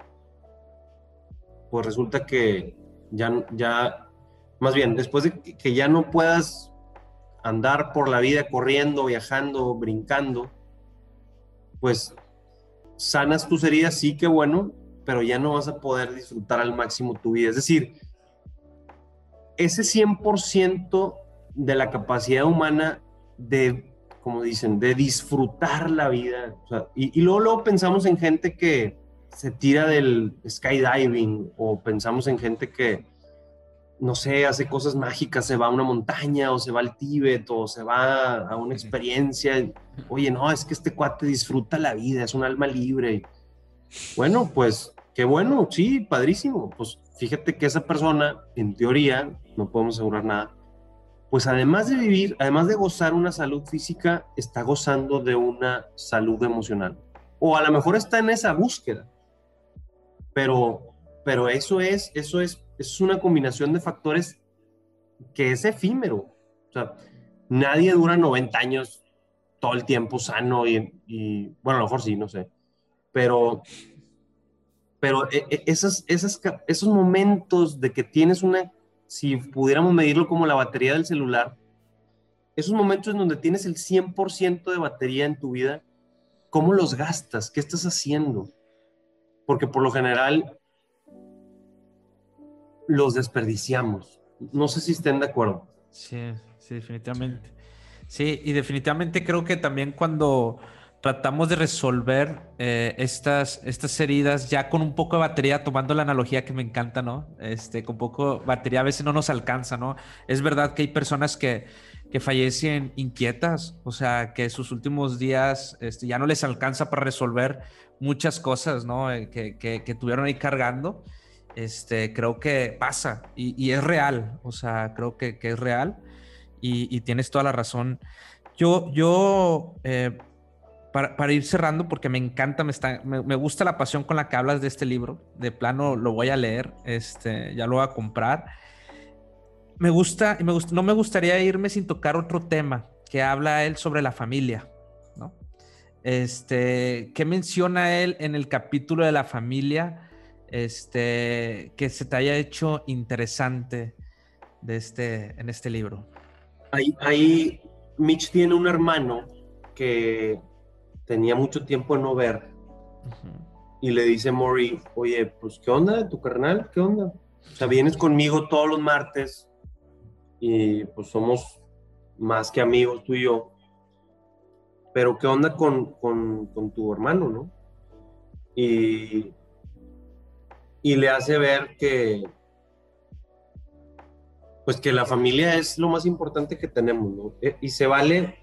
pues resulta que ya, ya más bien, después de que ya no puedas andar por la vida corriendo, viajando, brincando, pues sanas tus heridas, sí, que bueno, pero ya no vas a poder disfrutar al máximo tu vida. Es decir, ese cien por ciento de la capacidad humana de, como dicen, de disfrutar la vida. O sea, y, y luego, luego pensamos en gente que, se tira del skydiving, o pensamos en gente que, no sé, hace cosas mágicas, se va a una montaña o se va al Tíbet o se va a una experiencia. Oye, no, es que este cuate disfruta la vida, es un alma libre. Bueno, pues qué bueno, sí, padrísimo. Pues fíjate que esa persona, en teoría, no podemos asegurar nada, pues además de vivir, además de gozar una salud física, está gozando de una salud emocional. O a lo mejor está en esa búsqueda. Pero, pero eso es, eso es, es una combinación de factores que es efímero. O sea, nadie dura noventa años todo el tiempo sano y, y bueno, a lo mejor sí, no sé. Pero, pero esos, esos, esos momentos de que tienes una, si pudiéramos medirlo como la batería del celular, esos momentos en donde tienes el cien por ciento de batería en tu vida, ¿cómo los gastas? ¿Qué estás haciendo? Porque por lo general los desperdiciamos. No sé si estén de acuerdo. Sí, sí, definitivamente. Sí, y definitivamente creo que también cuando tratamos de resolver eh, estas, estas heridas ya con un poco de batería, tomando la analogía que me encanta, ¿no? Este, con poco batería a veces no nos alcanza, ¿no? Es verdad que hay personas que, que fallecen inquietas, o sea, que sus últimos días este, ya no les alcanza para resolver muchas cosas, ¿no? Eh, que, que, que tuvieron ahí cargando. Este, creo que pasa y, y es real, o sea, creo que, que es real y, y tienes toda la razón. Yo, yo eh, para, para ir cerrando, porque me encanta, me, está, me, me gusta la pasión con la que hablas de este libro, de plano lo voy a leer, este, ya lo voy a comprar. Me gusta, y me gusta, no me gustaría irme sin tocar otro tema que habla él sobre la familia, ¿no? Este, ¿qué menciona él en el capítulo de la familia? Este, que se te haya hecho interesante de este, en este libro. Ahí, ahí Mitch tiene un hermano que tenía mucho tiempo de no ver. Uh-huh. Y le dice a Maury, oye, pues, ¿qué onda? ¿Tu carnal? ¿Qué onda? O sea, vienes conmigo todos los martes y pues somos más que amigos tú y yo. Pero ¿qué onda con, con, con tu hermano, no? Y, y le hace ver que pues que la familia es lo más importante que tenemos, ¿no? Y se vale,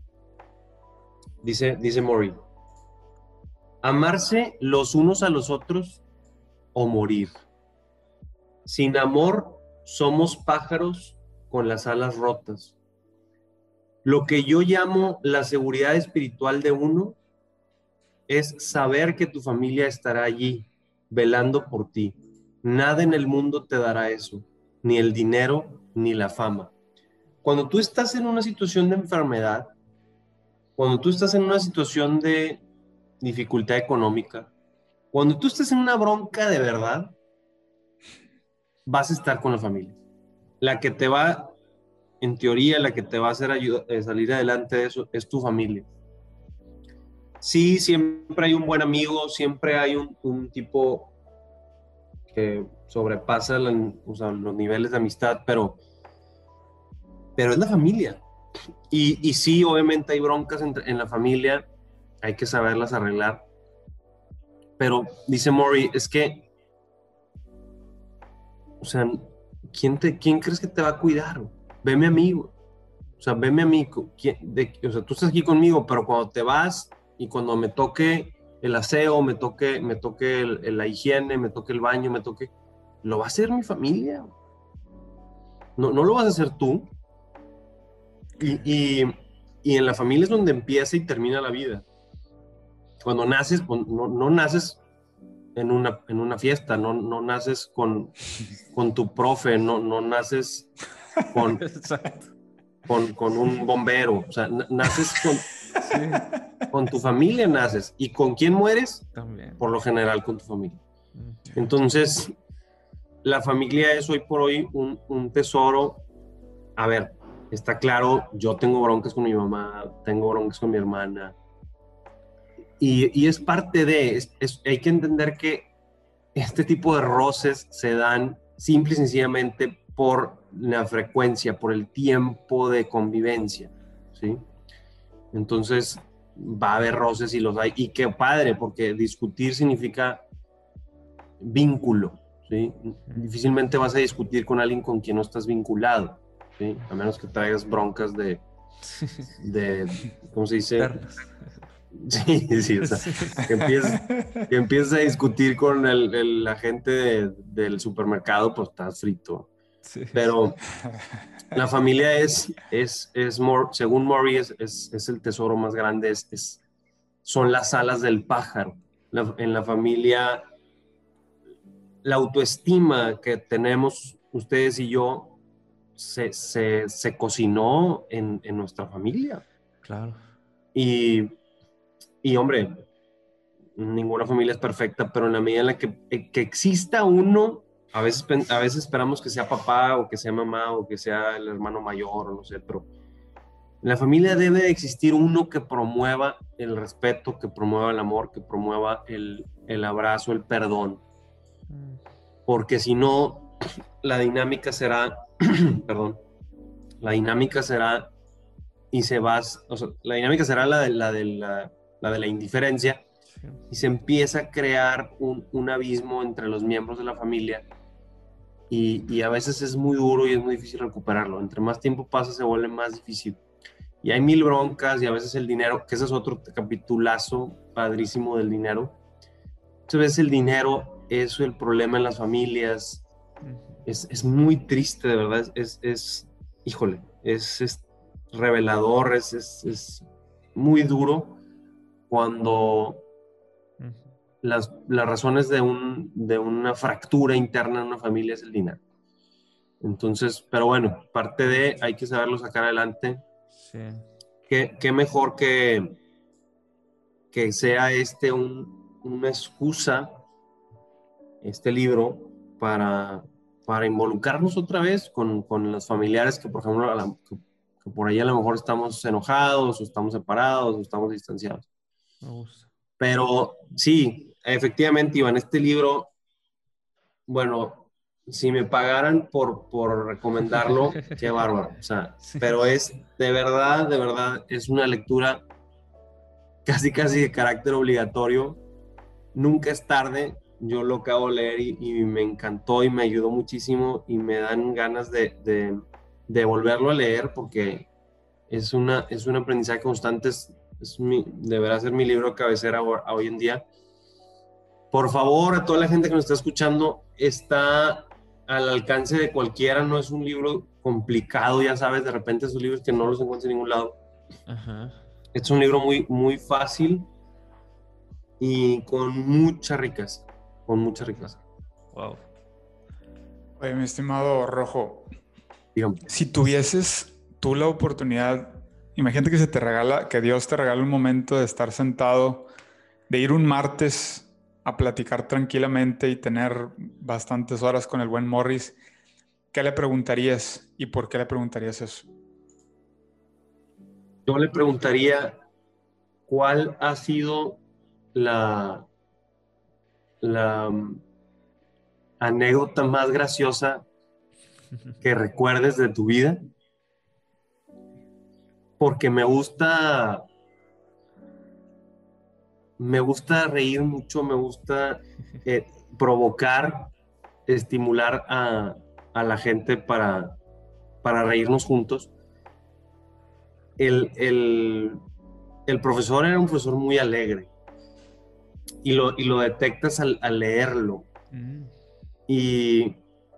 dice, dice Maury, amarse los unos a los otros o morir. Sin amor somos pájaros con las alas rotas. Lo que yo llamo la seguridad espiritual de uno es saber que tu familia estará allí, velando por ti. Nada en el mundo te dará eso, ni el dinero, ni la fama. Cuando tú estás en una situación de enfermedad, cuando tú estás en una situación de dificultad económica, cuando tú estás en una bronca de verdad, vas a estar con la familia. La que te va, en teoría, la que te va a hacer ayuda, eh, salir adelante de eso es tu familia. Sí, siempre hay un buen amigo, siempre hay un, un tipo que sobrepasa la, o sea, los niveles de amistad, pero, pero es la familia. Y, y sí, obviamente hay broncas entre, en la familia, hay que saberlas arreglar. Pero dice Maury, es que, o sea, ¿quién, te, ¿quién crees que te va a cuidar? Veme a mí, o sea, veme a mí. ¿Quién, de, o sea, tú estás aquí conmigo, pero cuando te vas y cuando me toque el aseo, me toque, me toque el, el, la higiene, me toque el baño, me toque, lo va a hacer mi familia. No, no lo vas a hacer tú. Y, y, y en la familia es donde empieza y termina la vida. Cuando naces, pues, no, no naces en una, en una fiesta, no, no naces con, con tu profe, no, no naces con, con, con un bombero, o sea, naces con, sí, con tu familia, naces. ¿Y con quién mueres? También. Por lo general con tu familia. Entonces, la familia es hoy por hoy un, un tesoro. A ver, está claro, yo tengo broncas con mi mamá, tengo broncas con mi hermana, y, y es parte de, es, es, hay que entender que este tipo de roces se dan simple y sencillamente por la frecuencia, por el tiempo de convivencia, ¿sí? Entonces va a haber roces y los hay, y qué padre, porque discutir significa vínculo, ¿sí? Difícilmente vas a discutir con alguien con quien no estás vinculado, ¿sí? A menos que traigas broncas de, de ¿cómo se dice? Sí, sí, o sea, que empieces, que empieces a discutir con el, el agente de, del supermercado, pues estás frito. Sí. Pero la familia es, es, es more, según Murray, es, es, es el tesoro más grande, es, es, son las alas del pájaro. La, en la familia, la autoestima que tenemos ustedes y yo se, se, se cocinó en, en nuestra familia. Claro. Y, y hombre, ninguna familia es perfecta, pero en la medida en la que, que exista uno, a veces, a veces esperamos que sea papá o que sea mamá o que sea el hermano mayor o no sé, pero en la familia debe de existir uno que promueva el respeto, que promueva el amor, que promueva el, el abrazo, el perdón. Porque si no, la dinámica será, perdón, la dinámica será y se va, o sea, la dinámica será la de la, de la, la, de la indiferencia y se empieza a crear un, un abismo entre los miembros de la familia y, y a veces es muy duro y es muy difícil recuperarlo. Entre más tiempo pasa se vuelve más difícil. Y hay mil broncas y a veces el dinero, que ese es otro capitulazo padrísimo del dinero. Muchas veces el dinero es el problema en las familias. Es, es muy triste, de verdad. Es, es híjole, es, es revelador, es, es, es muy duro cuando las, las razones de, un, de una fractura interna en una familia es el dinero. Entonces, pero bueno, parte de, hay que saberlo sacar adelante. Sí. ¿Qué, qué mejor que, que sea este un, una excusa, este libro, para, para involucrarnos otra vez con, con los familiares que, por ejemplo, a la, que, que por ahí a lo mejor estamos enojados, o estamos separados, o estamos distanciados. Me gusta. Pero sí, efectivamente, Iván, este libro, bueno, si me pagaran por, por recomendarlo, qué bárbaro. O sea, sí. Pero es de verdad, de verdad, es una lectura casi, casi de carácter obligatorio. Nunca es tarde. Yo lo acabo de leer y, y me encantó y me ayudó muchísimo y me dan ganas de, de, de volverlo a leer porque es, una, es un aprendizaje constante. Es, es mi, deberá ser mi libro de cabecera hoy en día. Por favor, a toda la gente que nos está escuchando, está al alcance de cualquiera, no es un libro complicado, ya sabes, de repente esos libros que no los encuentras en ningún lado. Ajá. Es un libro muy, muy fácil y con mucha riqueza, con mucha riqueza. Wow. Oye, mi estimado Rojo, dígame. Si tuvieses tú la oportunidad, imagínate que se te regala, que Dios te regala un momento de estar sentado, de ir un martes a platicar tranquilamente y tener bastantes horas con el buen Morris, ¿qué le preguntarías y por qué le preguntarías eso? Yo le preguntaría cuál ha sido la, la um, anécdota más graciosa que recuerdes de tu vida, porque me gusta me gusta reír mucho, me gusta eh, provocar, estimular a, a la gente para, para reírnos juntos. El, el, el profesor era un profesor muy alegre y lo, y lo detectas al, al leerlo. Mm. Y,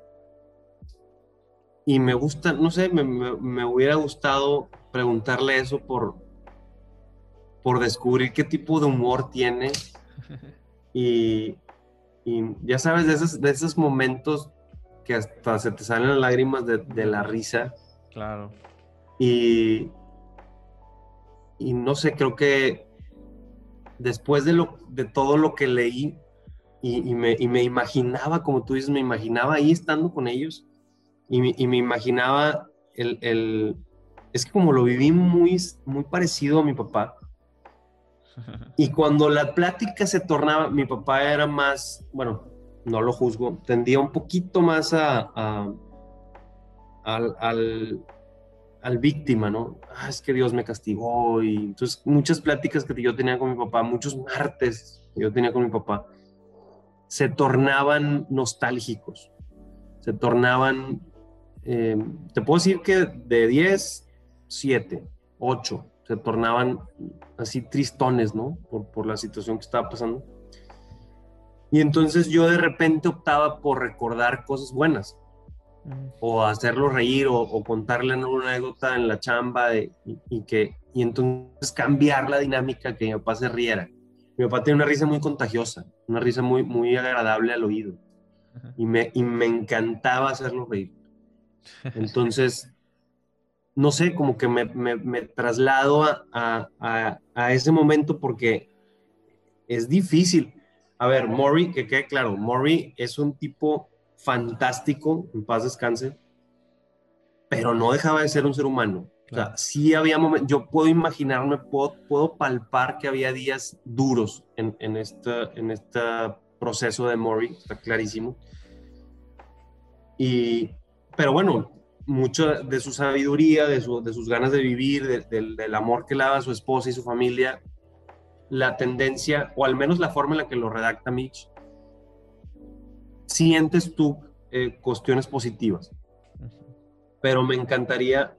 y me gusta, no sé, me, me, me hubiera gustado preguntarle eso por, por descubrir qué tipo de humor tiene y, y ya sabes, de esos, de esos momentos que hasta se te salen las lágrimas de, de la risa. Claro. Y, y no sé, creo que después de, lo, de todo lo que leí y, y, me, y me imaginaba, como tú dices, me imaginaba ahí estando con ellos y me, y me imaginaba el, el... Es que como lo viví muy, muy parecido a mi papá, y cuando la plática se tornaba, mi papá era más, bueno, no lo juzgo, tendía un poquito más a, a al, al, al víctima, ¿no? Ah, es que Dios me castigó. Y entonces muchas pláticas que yo tenía con mi papá, muchos martes que yo tenía con mi papá, se tornaban nostálgicos, se tornaban, eh, te puedo decir que de diez, siete, ocho, se tornaban así tristones, ¿no? Por, por la situación que estaba pasando. Y entonces yo de repente optaba por recordar cosas buenas, uh-huh. o hacerlo reír, o, o contarle una anécdota en la chamba, de, y, y, que, y entonces cambiar la dinámica, que mi papá se riera. Mi papá tiene una risa muy contagiosa, una risa muy, muy agradable al oído. Uh-huh. Y, me, y me encantaba hacerlo reír. Entonces, no sé, como que me, me, me traslado a, a, a, a ese momento porque es difícil. A ver, Maury, que quede claro, Maury es un tipo fantástico, en paz descanse, pero no dejaba de ser un ser humano. Claro. O sea, sí había momentos, yo puedo imaginarme, puedo, puedo palpar que había días duros en, en, este, en este proceso de Maury, está clarísimo. Y, pero bueno, mucho de su sabiduría, de, su, de sus ganas de vivir, de, de, del amor que le daba a su esposa y su familia, la tendencia, o al menos la forma en la que lo redacta Mitch, sientes tú eh, cuestiones positivas. Pero me encantaría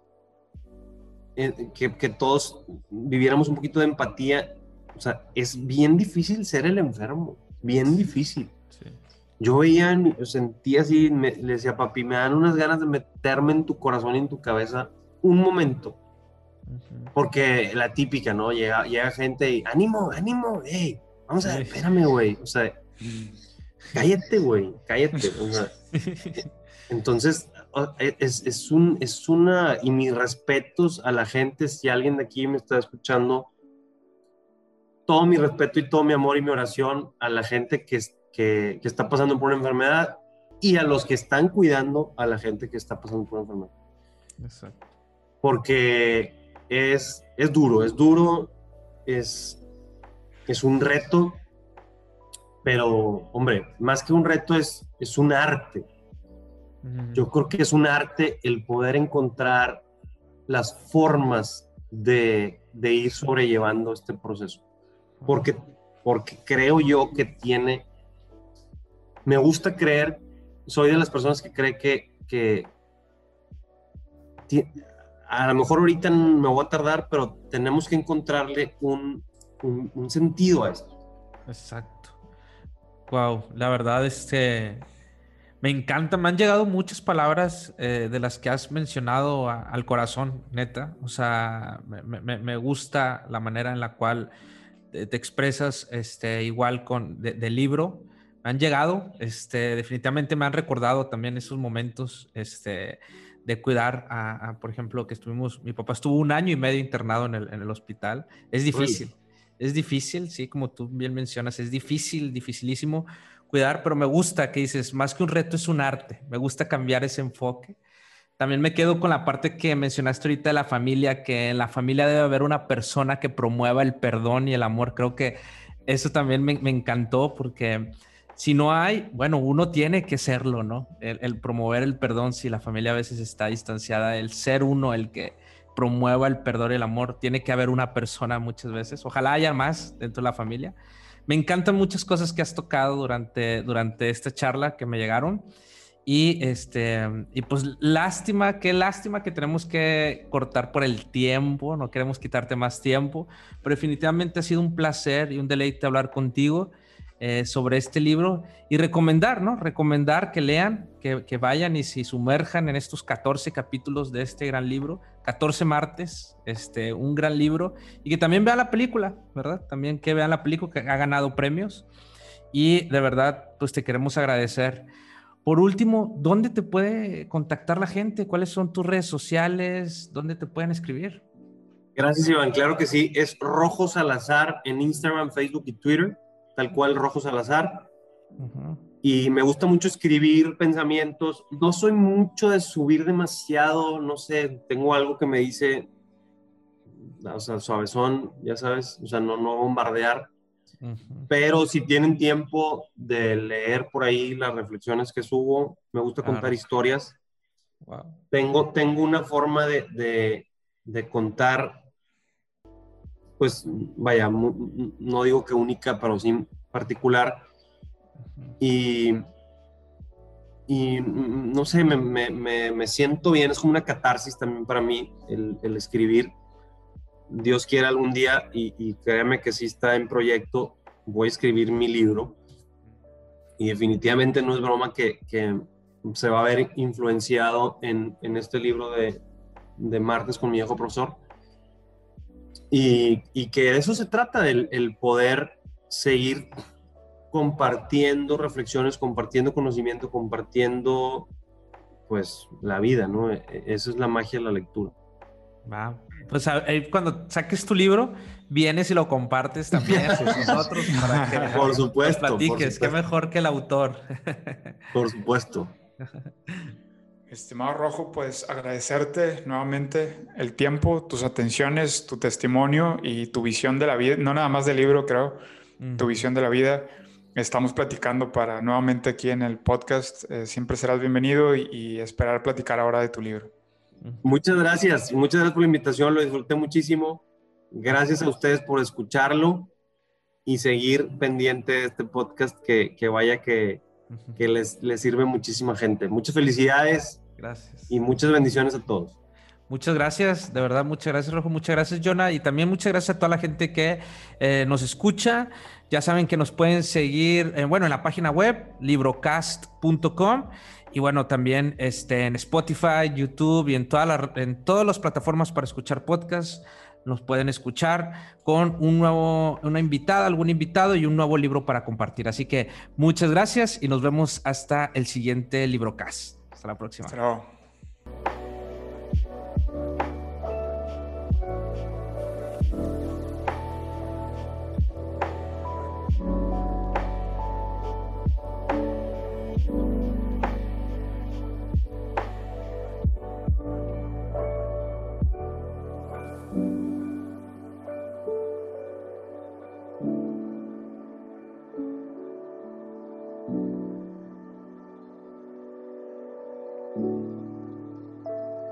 eh, que, que todos viviéramos un poquito de empatía. O sea, es bien difícil ser el enfermo, bien difícil. Sí. Yo veía, sentía así, me, le decía, papi, me dan unas ganas de meterme en tu corazón y en tu cabeza un momento. Uh-huh. Porque la típica, ¿no? Llega, llega gente y, ánimo, ánimo, hey, vamos a ver, sí. espérame, güey. O sea, cállate, güey, cállate. O sea, entonces, es, es, un, es una, y mis respetos a la gente, si alguien de aquí me está escuchando, todo mi respeto y todo mi amor y mi oración a la gente que, que, que está pasando por una enfermedad y a los que están cuidando a la gente que está pasando por una enfermedad. Exacto. Porque es, es duro, es duro, es, es un reto, pero, hombre, más que un reto es, es un arte. Mm. Yo creo que es un arte el poder encontrar las formas de, de ir sobrellevando este proceso. Porque, porque creo yo que tiene, me gusta creer, soy de las personas que cree que, que tiene, a lo mejor ahorita me voy a tardar, pero tenemos que encontrarle un, un, un sentido a esto. Exacto. Wow, la verdad es que me encanta, me han llegado muchas palabras eh, de las que has mencionado a, al corazón, neta. O sea, me, me, me gusta la manera en la cual te, te expresas, este, igual con de, del libro. Me han llegado, este, definitivamente me han recordado también esos momentos, este, de cuidar a, a, por ejemplo, que estuvimos, mi papá estuvo un año y medio internado en el, en el hospital. Es difícil, Uy. es difícil, sí, como tú bien mencionas, es difícil, dificilísimo cuidar, pero me gusta que dices, más que un reto es un arte, me gusta cambiar ese enfoque. También me quedo con la parte que mencionaste ahorita de la familia, que en la familia debe haber una persona que promueva el perdón y el amor. Creo que eso también me, me encantó, porque si no hay, bueno, uno tiene que serlo, ¿no? El, el promover el perdón, si la familia a veces está distanciada, el ser uno el que promueva el perdón y el amor, tiene que haber una persona muchas veces. Ojalá haya más dentro de la familia. Me encantan muchas cosas que has tocado durante, durante esta charla que me llegaron. Y, este, y pues lástima, qué lástima que tenemos que cortar por el tiempo, no queremos quitarte más tiempo, pero definitivamente ha sido un placer y un deleite hablar contigo eh, sobre este libro y recomendar, ¿no? Recomendar que lean, que, que vayan y se sumerjan en estos catorce capítulos de este gran libro, catorce martes, este, un gran libro, y que también vean la película, ¿verdad? También que vean la película, que ha ganado premios, y de verdad, pues te queremos agradecer. Por último, ¿dónde te puede contactar la gente? ¿Cuáles son tus redes sociales? ¿Dónde te pueden escribir? Gracias, Iván. Claro que sí. Es Rojo Salazar en Instagram, Facebook y Twitter. Tal cual, Rojo Salazar. Uh-huh. Y me gusta mucho escribir pensamientos. No soy mucho de subir demasiado, no sé, tengo algo que me dice, o sea, suavezón, ya sabes, o sea, no, no bombardear. Uh-huh. Pero si tienen tiempo de leer por ahí las reflexiones que subo, me gusta claro. contar historias. Wow. Tengo, tengo una forma de, de, de contar, pues vaya, no digo que única, pero sí particular, y, y no sé, me, me, me, me siento bien, es como una catarsis también para mí el, el escribir. Dios quiera algún día, y, y créeme que sí está en proyecto, voy a escribir mi libro, y definitivamente no es broma que, que se va a ver influenciado en, en este libro de, de Martes con mi viejo profesor, y, y que de eso se trata, el, el poder seguir compartiendo reflexiones, compartiendo conocimiento, compartiendo pues la vida, ¿no? Esa es la magia de la lectura. Va. Pues a- ahí cuando saques tu libro, vienes y lo compartes también con nosotros para que Por nos supuesto, por platiques. Qué supuesto, mejor que el autor. por supuesto. Estimado Rojo, pues agradecerte nuevamente el tiempo, tus atenciones, tu testimonio y tu visión de la vida, no nada más del libro, creo, tu Ujú. visión de la vida. Estamos platicando para nuevamente aquí en el podcast. Eh, siempre serás bienvenido y, y esperar platicar ahora de tu libro. Muchas gracias, muchas gracias por la invitación, lo disfruté muchísimo. Gracias a ustedes por escucharlo y seguir pendiente de este podcast que, que vaya que, que les, les sirve muchísima gente. Muchas felicidades Gracias. y muchas bendiciones a todos. Muchas gracias, de verdad, muchas gracias, Rojo, muchas gracias, Jonah, y también muchas gracias a toda la gente que eh, nos escucha. Ya saben que nos pueden seguir, eh, bueno, en la página web, librocast punto com, y bueno, también este, en Spotify, YouTube y en, toda la, en todas las plataformas para escuchar podcasts. Nos pueden escuchar con un nuevo, una invitada, algún invitado y un nuevo libro para compartir. Así que muchas gracias y nos vemos hasta el siguiente Librocast. Hasta la próxima. Hasta luego.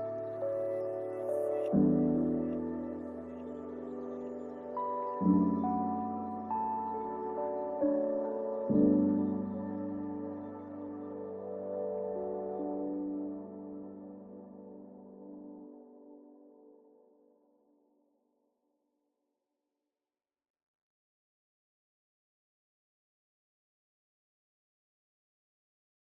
Thank you.